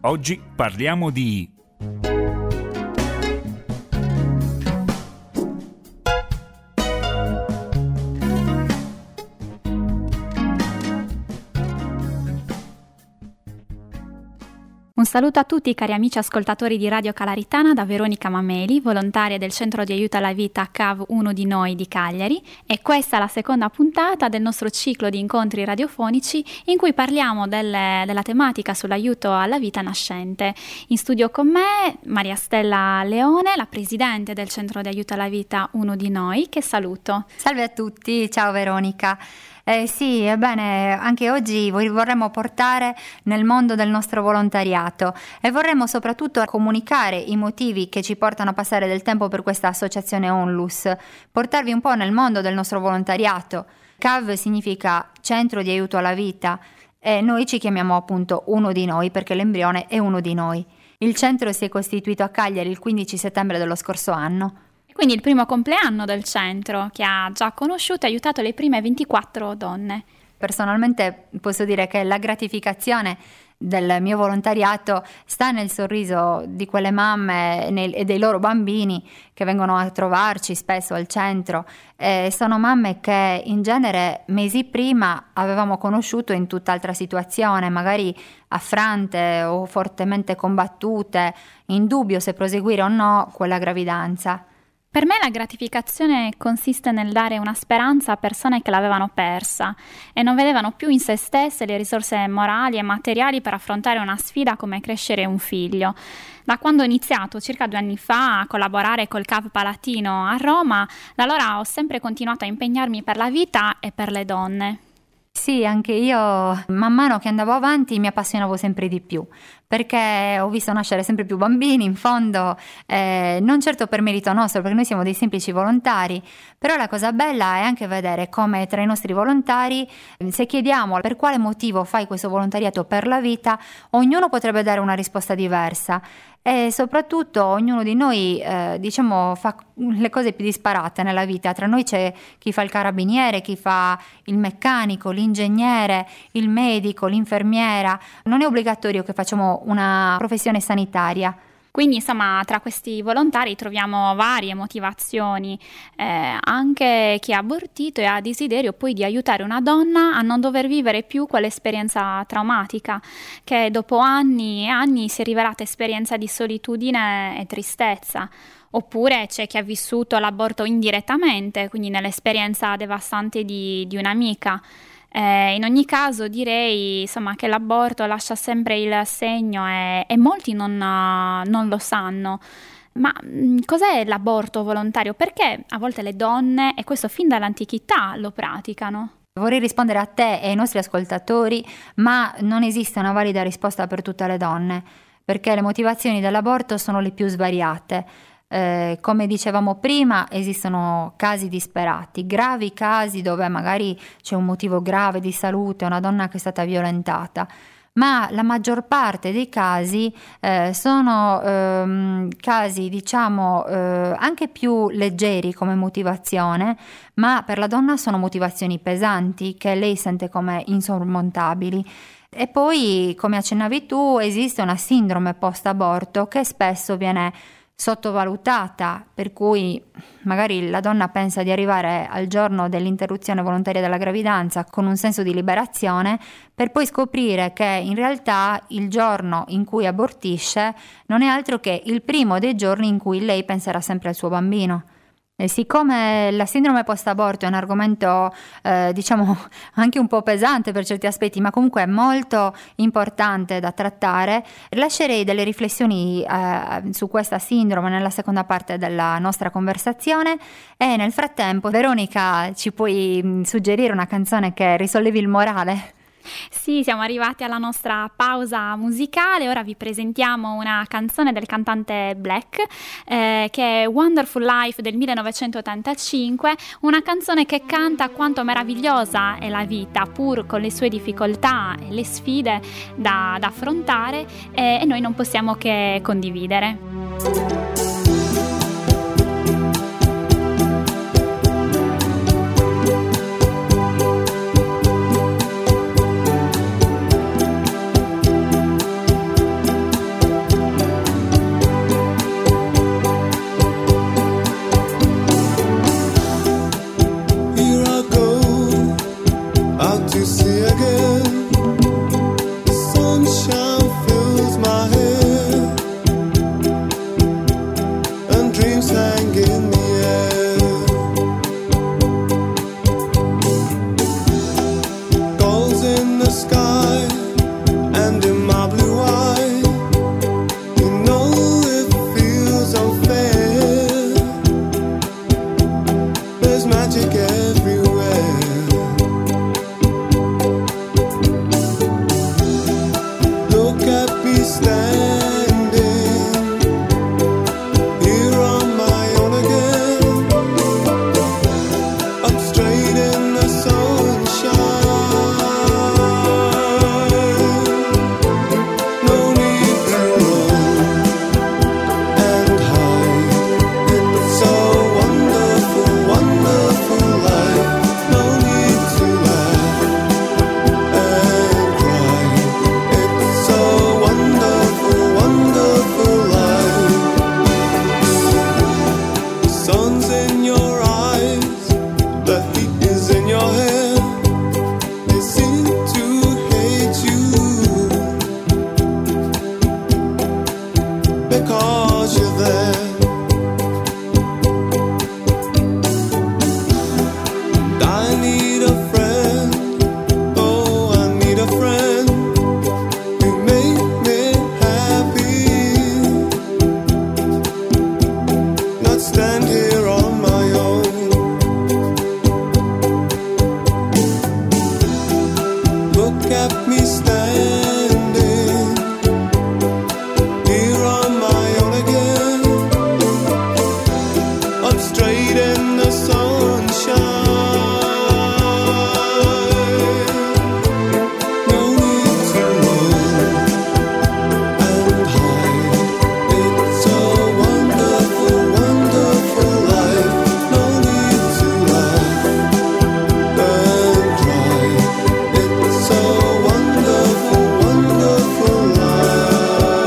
Oggi parliamo di... Un saluto a tutti cari amici ascoltatori di Radio Calaritana da Veronica Mameli, volontaria del Centro di Aiuto alla Vita CAV Uno di Noi di Cagliari, e questa è la seconda puntata del nostro ciclo di incontri radiofonici in cui parliamo della tematica sull'aiuto alla vita nascente. In studio con me Maria Stella Leone, la presidente del Centro di Aiuto alla Vita Uno di Noi, che saluto. Salve a tutti, ciao Veronica. Sì, ebbene, anche oggi vorremmo portare nel mondo del nostro volontariato e vorremmo soprattutto comunicare i motivi che ci portano a passare del tempo per questa associazione Onlus, portarvi un po' nel mondo del nostro volontariato. CAV significa Centro di Aiuto alla Vita e noi ci chiamiamo appunto Uno di Noi perché l'embrione è uno di noi. Il centro si è costituito a Cagliari il 15 settembre dello scorso anno. Quindi il primo compleanno del centro, che ha già conosciuto e aiutato le prime 24 donne. Personalmente posso dire che la gratificazione del mio volontariato sta nel sorriso di quelle mamme e dei loro bambini che vengono a trovarci spesso al centro. Sono mamme che in genere mesi prima avevamo conosciuto in tutt'altra situazione, magari affrante o fortemente combattute, in dubbio se proseguire o no quella gravidanza. Per me la gratificazione consiste nel dare una speranza a persone che l'avevano persa e non vedevano più in se stesse le risorse morali e materiali per affrontare una sfida come crescere un figlio. Da quando ho iniziato circa 2 anni fa a collaborare col CAV Palatino a Roma, da allora ho sempre continuato a impegnarmi per la vita e per le donne. Sì, anche io man mano che andavo avanti mi appassionavo sempre di più, perché ho visto nascere sempre più bambini, in fondo, non certo per merito nostro, perché noi siamo dei semplici volontari, però la cosa bella è anche vedere come tra i nostri volontari, se chiediamo per quale motivo fai questo volontariato per la vita, ognuno potrebbe dare una risposta diversa. E soprattutto ognuno di noi fa le cose più disparate nella vita. Tra noi c'è chi fa il carabiniere, chi fa il meccanico, l'ingegnere, il medico, l'infermiera. Non è obbligatorio che facciamo una professione sanitaria. Quindi insomma tra questi volontari troviamo varie motivazioni, anche chi ha abortito e ha desiderio poi di aiutare una donna a non dover vivere più quell'esperienza traumatica che dopo anni e anni si è rivelata esperienza di solitudine e tristezza. Oppure c'è chi ha vissuto l'aborto indirettamente, quindi nell'esperienza devastante di un'amica. In ogni caso direi insomma che l'aborto lascia sempre il segno e molti non lo sanno. Ma cos'è l'aborto volontario? Perché a volte le donne, e questo fin dall'antichità, lo praticano? Vorrei rispondere a te e ai nostri ascoltatori, ma non esiste una valida risposta per tutte le donne, perché le motivazioni dell'aborto sono le più svariate. Come dicevamo prima, esistono casi disperati, gravi casi dove magari c'è un motivo grave di salute, una donna che è stata violentata, ma la maggior parte dei casi sono casi anche più leggeri come motivazione, ma per la donna sono motivazioni pesanti che lei sente come insormontabili. E poi, come accennavi tu, esiste una sindrome post-aborto che spesso viene sottovalutata, per cui magari la donna pensa di arrivare al giorno dell'interruzione volontaria della gravidanza con un senso di liberazione, per poi scoprire che in realtà il giorno in cui abortisce non è altro che il primo dei giorni in cui lei penserà sempre al suo bambino. E siccome la sindrome post-aborto è un argomento anche un po' pesante per certi aspetti, ma comunque molto importante da trattare, lascerei delle riflessioni su questa sindrome nella seconda parte della nostra conversazione e nel frattempo, Veronica, ci puoi suggerire una canzone che risollevi il morale? Sì, siamo arrivati alla nostra pausa musicale. Ora vi presentiamo una canzone del cantante Black, che è Wonderful Life del 1985, una canzone che canta quanto meravigliosa è la vita, pur con le sue difficoltà e le sfide da affrontare, e noi non possiamo che condividere. like everywhere. Look at me standing here on my own again. I'm straight in the sunshine. No need to run and hide. It's so wonderful, wonderful life. No need to laugh and cry. It's so wonderful, wonderful life. The sun's in your eyes, the heat is in your hair. They seem to hate you because you're there. And I need a friend, oh, I need a friend who make me happy, not stand here on my own. Look at me standing here on my own again. I'm straight in the sunshine. No need to run and hide. It's so wonderful, wonderful life. No need to laugh and cry. It's so wonderful, wonderful life.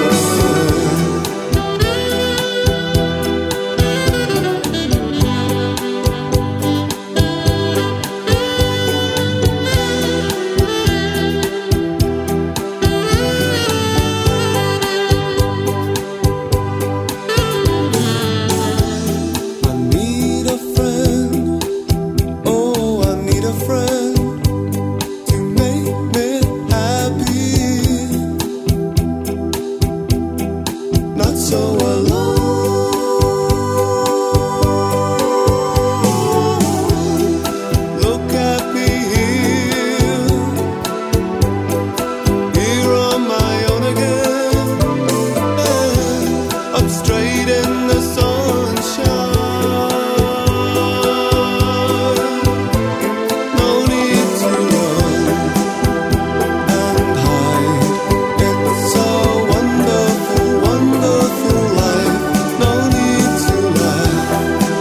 I need a friend, oh, I need a friend to make me happy, not so alone. Look at me here on my own again. I'm straight in the sunshine. No need to run and hide. It's so wonderful, wonderful life. No need to laugh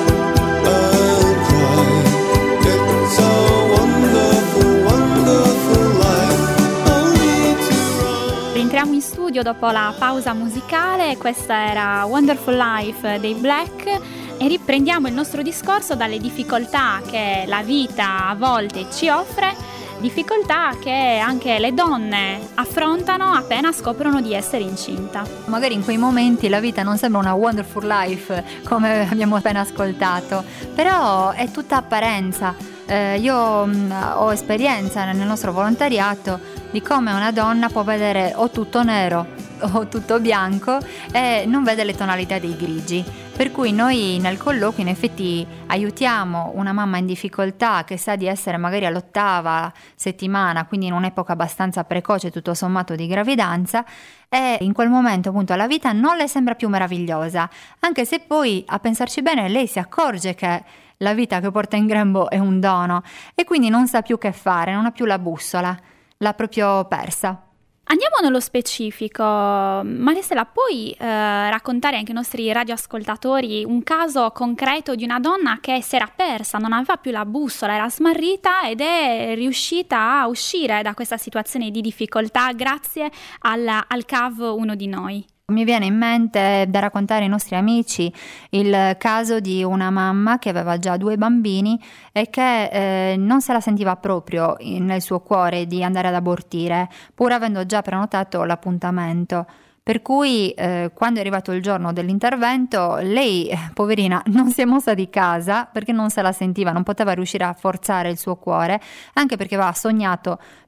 and cry. It's so wonderful, wonderful life. No need to run. Rientriamo in studio dopo la pausa musicale. Questa era Wonderful Life dei Black e riprendiamo il nostro discorso dalle difficoltà che la vita a volte ci offre, difficoltà che anche le donne affrontano appena scoprono di essere incinta. Magari in quei momenti la vita non sembra una wonderful life come abbiamo appena ascoltato, però è tutta apparenza. Io ho esperienza nel nostro volontariato di come una donna può vedere o tutto nero o tutto bianco e non vede le tonalità dei grigi. Per cui noi nel colloquio in effetti aiutiamo una mamma in difficoltà che sa di essere magari all'8ª settimana, quindi in un'epoca abbastanza precoce tutto sommato di gravidanza, e in quel momento appunto la vita non le sembra più meravigliosa, anche se poi a pensarci bene lei si accorge che la vita che porta in grembo è un dono e quindi non sa più che fare, non ha più la bussola, l'ha proprio persa. Andiamo nello specifico. Maria Stella, puoi raccontare anche ai nostri radioascoltatori un caso concreto di una donna che si era persa, non aveva più la bussola, era smarrita ed è riuscita a uscire da questa situazione di difficoltà grazie al CAV Uno di Noi? Mi viene in mente da raccontare ai nostri amici il caso di una mamma che aveva già 2 bambini e che non se la sentiva proprio nel suo cuore di andare ad abortire, pur avendo già prenotato l'appuntamento. Per cui quando è arrivato il giorno dell'intervento, lei, poverina, non si è mossa di casa perché non se la sentiva, non poteva riuscire a forzare il suo cuore, anche perché aveva sognato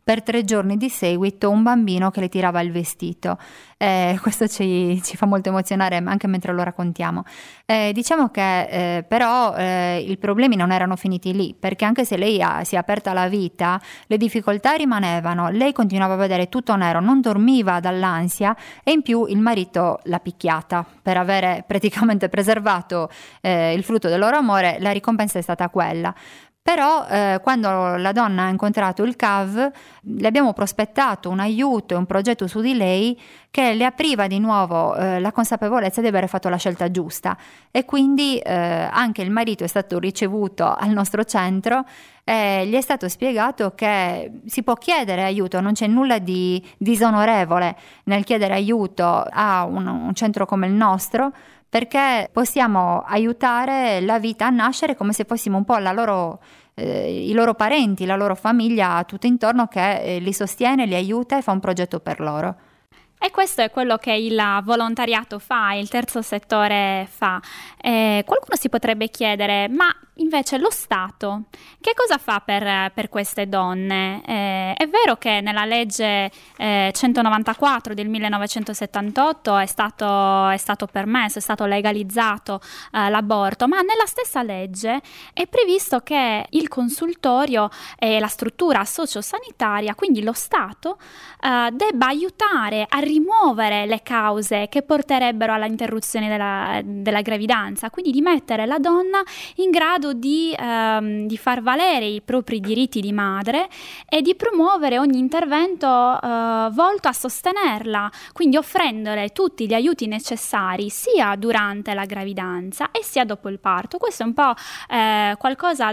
per 3 giorni di seguito un bambino che le tirava il vestito. Questo ci fa molto emozionare anche mentre lo raccontiamo. Diciamo che però i problemi non erano finiti lì, perché anche se lei si è aperta alla vita, le difficoltà rimanevano. Lei continuava a vedere tutto nero, non dormiva dall'ansia, e in più il marito l'ha picchiata per avere praticamente preservato il frutto del loro amore. La ricompensa è stata quella. Però quando la donna ha incontrato il CAV, le abbiamo prospettato un aiuto e un progetto su di lei che le apriva di nuovo la consapevolezza di aver fatto la scelta giusta, e quindi anche il marito è stato ricevuto al nostro centro. Gli è stato spiegato che si può chiedere aiuto, non c'è nulla di disonorevole nel chiedere aiuto a un centro come il nostro, perché possiamo aiutare la vita a nascere come se fossimo un po' i loro parenti, la loro famiglia tutto intorno che li sostiene, li aiuta e fa un progetto per loro. E questo è quello che il volontariato fa, il terzo settore fa. Qualcuno si potrebbe chiedere, ma invece lo Stato che cosa fa per queste donne? È vero che nella legge 194 del 1978 è stato permesso, è stato legalizzato l'aborto, ma nella stessa legge è previsto che il consultorio e la struttura sociosanitaria, quindi lo Stato, debba aiutare a rimuovere le cause che porterebbero all'interruzione della gravidanza, quindi di mettere la donna in grado di far valere i propri diritti di madre e di promuovere ogni intervento volto a sostenerla, quindi offrendole tutti gli aiuti necessari sia durante la gravidanza e sia dopo il parto. Questo è un po' qualcosa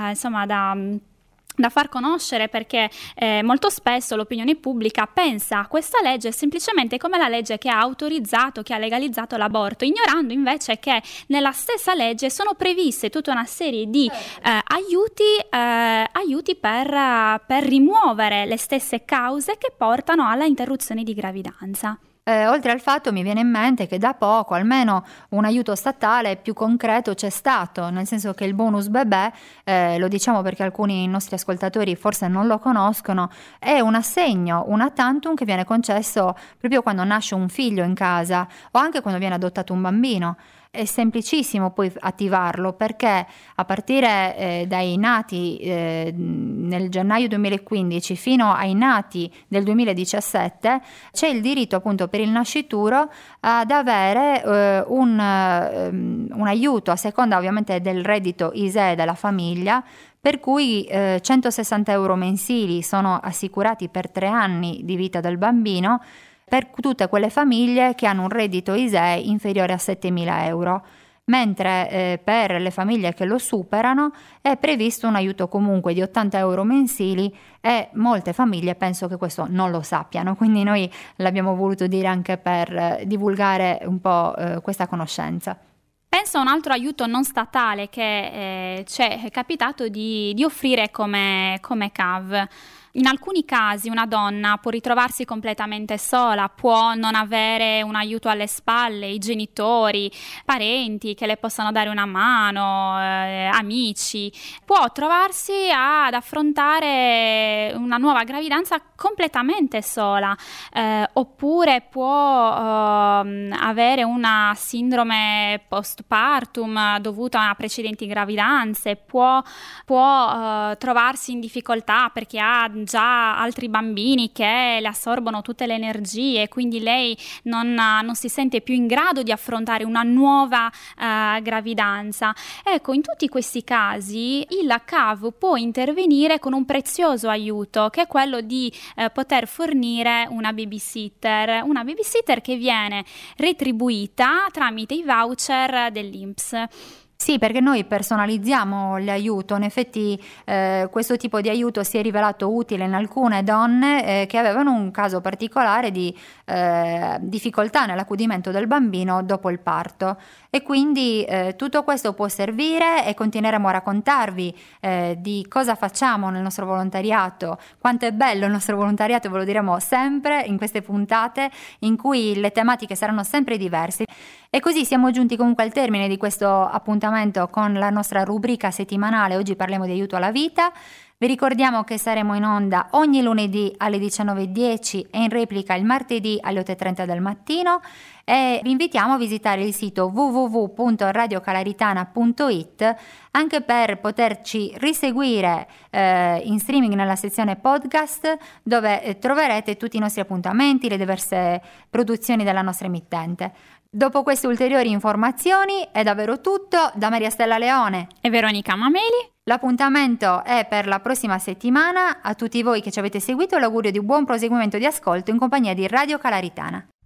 da far conoscere, perché molto spesso l'opinione pubblica pensa a questa legge semplicemente come la legge che ha autorizzato, che ha legalizzato l'aborto, ignorando invece che nella stessa legge sono previste tutta una serie di aiuti per rimuovere le stesse cause che portano alla interruzione di gravidanza. Oltre al fatto, mi viene in mente che da poco almeno un aiuto statale più concreto c'è stato, nel senso che il bonus bebè, lo diciamo perché alcuni nostri ascoltatori forse non lo conoscono, è un assegno, una tantum che viene concesso proprio quando nasce un figlio in casa o anche quando viene adottato un bambino. È semplicissimo poi attivarlo, perché a partire dai nati nel gennaio 2015 fino ai nati del 2017 c'è il diritto appunto per il nascituro ad avere un aiuto a seconda ovviamente del reddito ISEE della famiglia, per cui 160 euro mensili sono assicurati per 3 anni di vita del bambino, per tutte quelle famiglie che hanno un reddito ISEE inferiore a 7.000 euro, mentre per le famiglie che lo superano è previsto un aiuto comunque di 80 euro mensili, e molte famiglie penso che questo non lo sappiano, quindi noi l'abbiamo voluto dire anche per divulgare un po' questa conoscenza. Penso a un altro aiuto non statale che ci è capitato di offrire come CAV. In alcuni casi una donna può ritrovarsi completamente sola, può non avere un aiuto alle spalle, i genitori, parenti che le possano dare una mano, amici. Può trovarsi ad affrontare una nuova gravidanza completamente sola, oppure può avere una sindrome postpartum dovuta a precedenti gravidanze, può trovarsi in difficoltà perché ha già altri bambini che le assorbono tutte le energie, quindi lei non si sente più in grado di affrontare una nuova gravidanza. Ecco, in tutti questi casi il CAV può intervenire con un prezioso aiuto, che è quello di poter fornire una babysitter che viene retribuita tramite i voucher dell'INPS. Sì, perché noi personalizziamo l'aiuto. In effetti questo tipo di aiuto si è rivelato utile in alcune donne che avevano un caso particolare di difficoltà nell'accudimento del bambino dopo il parto, e quindi tutto questo può servire, e continueremo a raccontarvi di cosa facciamo nel nostro volontariato, quanto è bello il nostro volontariato, ve lo diremo sempre in queste puntate in cui le tematiche saranno sempre diverse. E così siamo giunti comunque al termine di questo appuntamento appuntamento con la nostra rubrica settimanale. Oggi parliamo di aiuto alla vita. Vi ricordiamo che saremo in onda ogni lunedì alle 19:10 e in replica il martedì alle 8:30 del mattino, e vi invitiamo a visitare il sito www.radiocalaritana.it anche per poterci riseguire in streaming nella sezione podcast, dove troverete tutti i nostri appuntamenti, le diverse produzioni della nostra emittente. Dopo queste ulteriori informazioni è davvero tutto da Maria Stella Leone e Veronica Mameli. L'appuntamento è per la prossima settimana. A tutti voi che ci avete seguito l'augurio di buon proseguimento di ascolto in compagnia di Radio Calaritana.